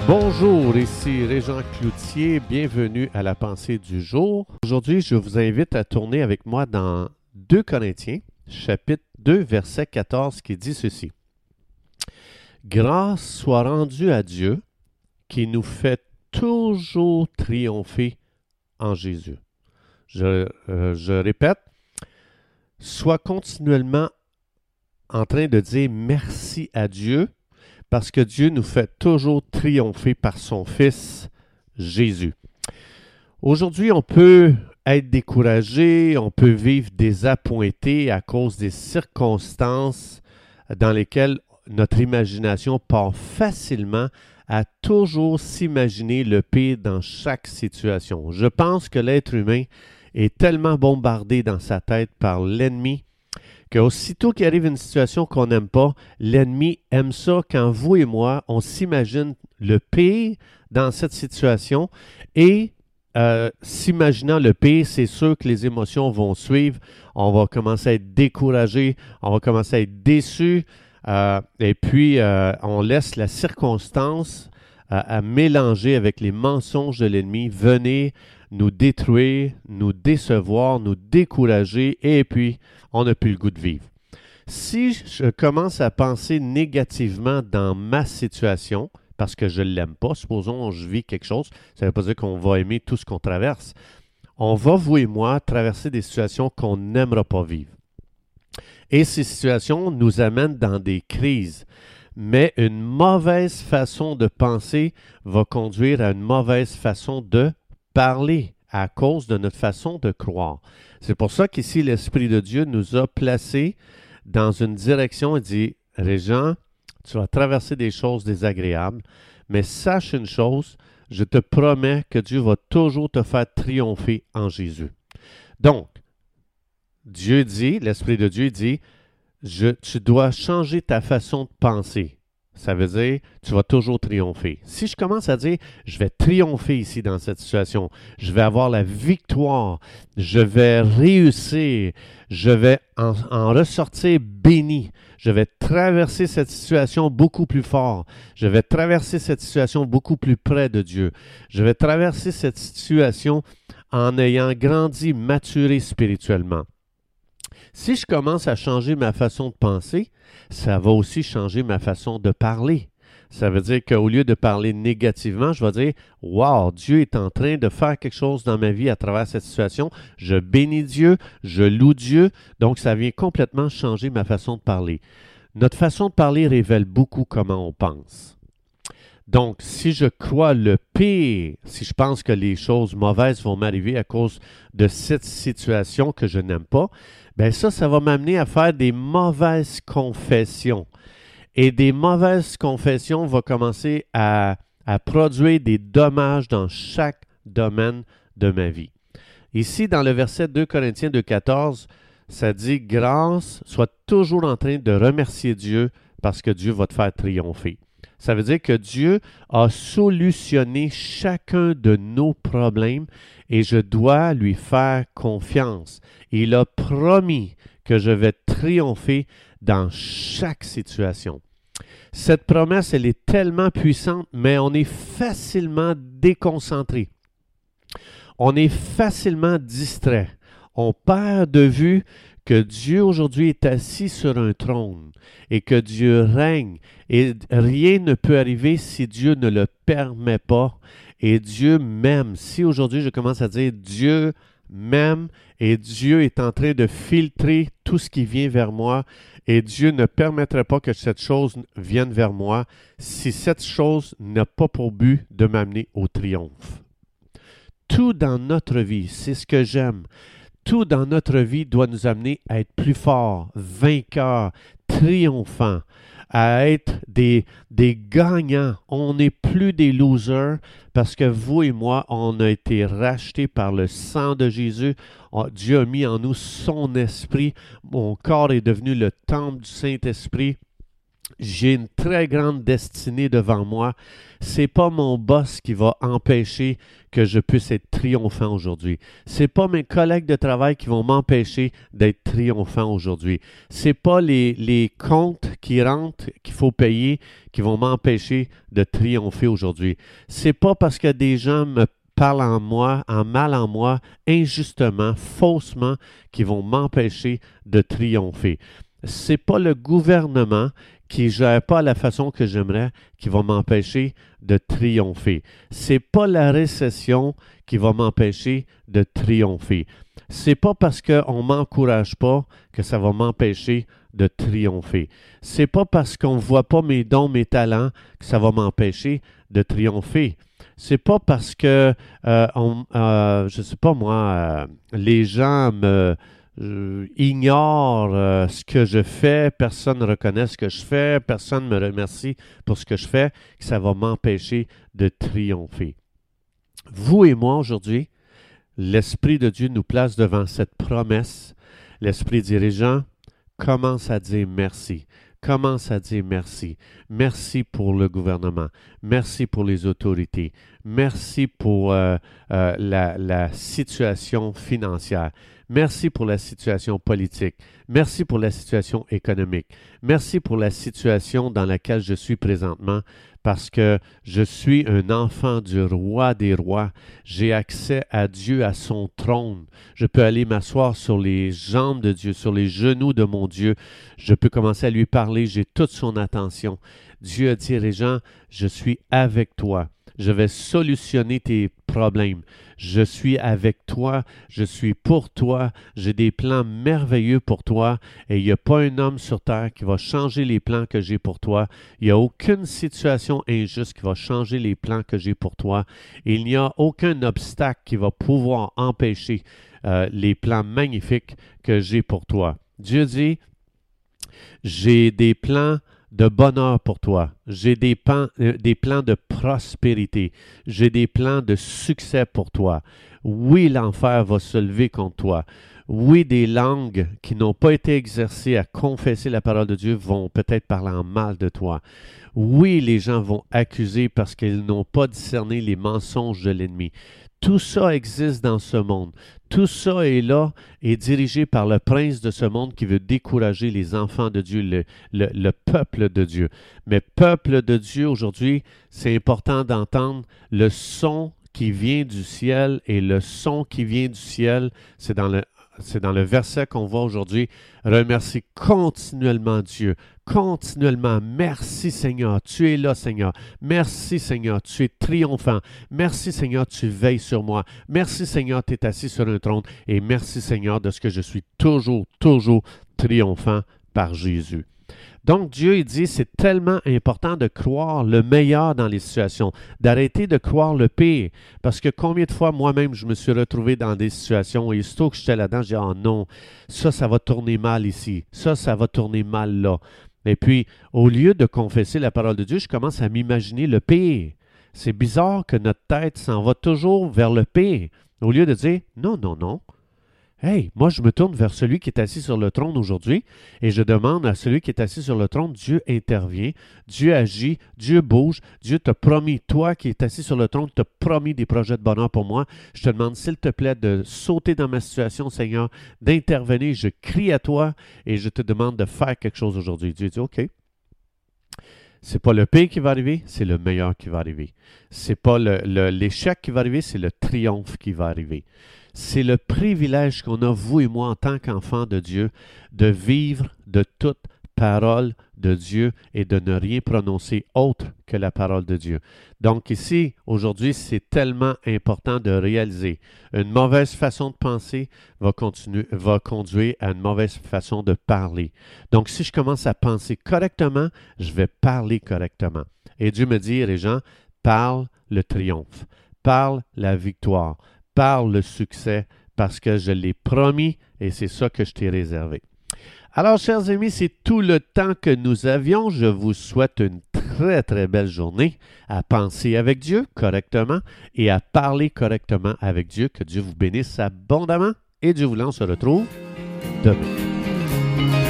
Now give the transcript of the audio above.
Bonjour, ici Régent Cloutier, bienvenue à la pensée du jour. Aujourd'hui, je vous invite à tourner avec moi dans 2 Corinthiens, chapitre 2, verset 14, qui dit ceci. « Grâce soit rendue à Dieu, qui nous fait toujours triompher en Jésus. » Je répète, sois continuellement en train de dire merci à Dieu, parce que Dieu nous fait toujours triompher par son Fils Jésus. Aujourd'hui, on peut être découragé, on peut vivre désappointé à cause des circonstances dans lesquelles notre imagination part facilement à toujours s'imaginer le pire dans chaque situation. Je pense que l'être humain est tellement bombardé dans sa tête par l'ennemi qu'aussitôt qu'il arrive une situation qu'on n'aime pas, l'ennemi aime ça quand vous et moi, on s'imagine le pire dans cette situation et s'imaginant le pire, c'est sûr que les émotions vont suivre. On va commencer à être découragé, on va commencer à être déçu et puis on laisse la circonstance à mélanger avec les mensonges de l'ennemi, venir nous détruire, nous décevoir, nous décourager et puis on n'a plus le goût de vivre. Si je commence à penser négativement dans ma situation, parce que je ne l'aime pas, supposons que je vis quelque chose, ça ne veut pas dire qu'on va aimer tout ce qu'on traverse. On va, vous et moi, traverser des situations qu'on n'aimera pas vivre. Et ces situations nous amènent dans des crises. Mais une mauvaise façon de penser va conduire à une mauvaise façon de parler à cause de notre façon de croire. C'est pour ça qu'ici, l'Esprit de Dieu nous a placés dans une direction et dit, « Régent, tu vas traverser des choses désagréables, mais sache une chose, je te promets que Dieu va toujours te faire triompher en Jésus. » Donc, Dieu dit, l'Esprit de Dieu dit, tu dois changer ta façon de penser. Ça veut dire, tu vas toujours triompher. Si je commence à dire, je vais triompher ici dans cette situation, je vais avoir la victoire, je vais réussir, je vais en ressortir béni, je vais traverser cette situation beaucoup plus fort, je vais traverser cette situation beaucoup plus près de Dieu, je vais traverser cette situation en ayant grandi, maturé spirituellement. Si je commence à changer ma façon de penser, ça va aussi changer ma façon de parler. Ça veut dire qu'au lieu de parler négativement, je vais dire « Wow, Dieu est en train de faire quelque chose dans ma vie à travers cette situation. Je bénis Dieu, je loue Dieu. » Donc, ça vient complètement changer ma façon de parler. Notre façon de parler révèle beaucoup comment on pense. Donc, si je crois le pire, si je pense que les choses mauvaises vont m'arriver à cause de cette situation que je n'aime pas, bien ça va m'amener à faire des mauvaises confessions. Et des mauvaises confessions vont commencer à produire des dommages dans chaque domaine de ma vie. Ici, dans le verset 2 Corinthiens 2,14, ça dit « Grâce, sois toujours en train de remercier Dieu parce que Dieu va te faire triompher. » Ça veut dire que Dieu a solutionné chacun de nos problèmes et je dois lui faire confiance. Il a promis que je vais triompher dans chaque situation. Cette promesse, elle est tellement puissante, mais on est facilement déconcentré. On est facilement distrait. On perd de vue que Dieu aujourd'hui est assis sur un trône et que Dieu règne et rien ne peut arriver si Dieu ne le permet pas et Dieu m'aime. Si aujourd'hui je commence à dire Dieu m'aime et Dieu est en train de filtrer tout ce qui vient vers moi et Dieu ne permettrait pas que cette chose vienne vers moi si cette chose n'a pas pour but de m'amener au triomphe. Tout dans notre vie, c'est ce que j'aime. Tout dans notre vie doit nous amener à être plus forts, vainqueurs, triomphants, à être des gagnants. On n'est plus des losers parce que vous et moi, on a été rachetés par le sang de Jésus. Dieu a mis en nous son esprit. Mon corps est devenu le temple du Saint-Esprit. J'ai une très grande destinée devant moi. C'est pas mon boss qui va empêcher que je puisse être triomphant aujourd'hui. C'est pas mes collègues de travail qui vont m'empêcher d'être triomphant aujourd'hui. C'est pas les comptes qui rentrent, qu'il faut payer, qui vont m'empêcher de triompher aujourd'hui. C'est pas parce que des gens me parlent en moi, en mal en moi, injustement, faussement, qui vont m'empêcher de triompher. C'est pas le gouvernement qui ne gère pas la façon que j'aimerais qui va m'empêcher de triompher. C'est pas la récession qui va m'empêcher de triompher. C'est pas parce qu'on m'encourage pas que ça va m'empêcher de triompher. C'est pas parce qu'on ne voit pas mes dons, mes talents que ça va m'empêcher de triompher. C'est pas parce que je sais pas moi, les gens me ignore ce que je fais, personne ne reconnaît ce que je fais, personne ne me remercie pour ce que je fais, que ça va m'empêcher de triompher. Vous et moi aujourd'hui, l'Esprit de Dieu nous place devant cette promesse. L'Esprit dirigeant commence à dire merci. Commence à dire merci. Merci pour le gouvernement. Merci pour les autorités. Merci pour la situation financière. Merci pour la situation politique. Merci pour la situation économique. Merci pour la situation dans laquelle je suis présentement parce que je suis un enfant du roi des rois. J'ai accès à Dieu, à son trône. Je peux aller m'asseoir sur les jambes de Dieu, sur les genoux de mon Dieu. Je peux commencer à lui parler. J'ai toute son attention. Dieu a dit, Régent, je suis avec toi. Je vais solutionner tes problèmes. Je suis avec toi, je suis pour toi, j'ai des plans merveilleux pour toi et il n'y a pas un homme sur terre qui va changer les plans que j'ai pour toi. Il n'y a aucune situation injuste qui va changer les plans que j'ai pour toi. Il n'y a aucun obstacle qui va pouvoir empêcher les plans magnifiques que j'ai pour toi. Dieu dit, j'ai des plans de bonheur pour toi. J'ai des plans de prospérité. J'ai des plans de succès pour toi. Oui, l'enfer va se lever contre toi. Oui, des langues qui n'ont pas été exercées à confesser la parole de Dieu vont peut-être parler en mal de toi. Oui, les gens vont accuser parce qu'ils n'ont pas discerné les mensonges de l'ennemi. Tout ça existe dans ce monde. Tout ça est là et dirigé par le prince de ce monde qui veut décourager les enfants de Dieu, le peuple de Dieu. Mais peuple de Dieu, aujourd'hui, c'est important d'entendre le son qui vient du ciel et le son qui vient du ciel, c'est dans le verset qu'on voit aujourd'hui. Remercie continuellement Dieu. Continuellement. Merci Seigneur. Tu es là Seigneur. Merci Seigneur. Tu es triomphant. Merci Seigneur. Tu veilles sur moi. Merci Seigneur. Tu es assis sur un trône. Et merci Seigneur de ce que je suis toujours triomphant par Jésus. Donc Dieu, il dit, c'est tellement important de croire le meilleur dans les situations, d'arrêter de croire le pire. Parce que combien de fois moi-même je me suis retrouvé dans des situations et aussitôt que j'étais là-dedans, je dis, oh non, ça va tourner mal ici, ça va tourner mal là. Et puis, au lieu de confesser la parole de Dieu, je commence à m'imaginer le pire. C'est bizarre que notre tête s'en va toujours vers le pire. Au lieu de dire, non. Hey, moi je me tourne vers celui qui est assis sur le trône aujourd'hui et je demande à celui qui est assis sur le trône, Dieu intervient, Dieu agit, Dieu bouge, Dieu t'a promis, toi qui es assis sur le trône, t'a promis des projets de bonheur pour moi. Je te demande s'il te plaît de sauter dans ma situation, Seigneur, d'intervenir, je crie à toi et je te demande de faire quelque chose aujourd'hui. Dieu dit, OK. C'est pas le pire qui va arriver, c'est le meilleur qui va arriver. C'est pas l'échec qui va arriver, c'est le triomphe qui va arriver. C'est le privilège qu'on a, vous et moi, en tant qu'enfants de Dieu, de vivre de toute parole de Dieu et de ne rien prononcer autre que la parole de Dieu. Donc ici, aujourd'hui, c'est tellement important de réaliser. Une mauvaise façon de penser va conduire à une mauvaise façon de parler. Donc si je commence à penser correctement, je vais parler correctement. Et Dieu me dit, Régent, parle le triomphe, parle la victoire, parle le succès parce que je l'ai promis et c'est ça que je t'ai réservé. Alors, chers amis, c'est tout le temps que nous avions. Je vous souhaite une très belle journée à penser avec Dieu correctement et à parler correctement avec Dieu. Que Dieu vous bénisse abondamment et Dieu voulant, on se retrouve demain.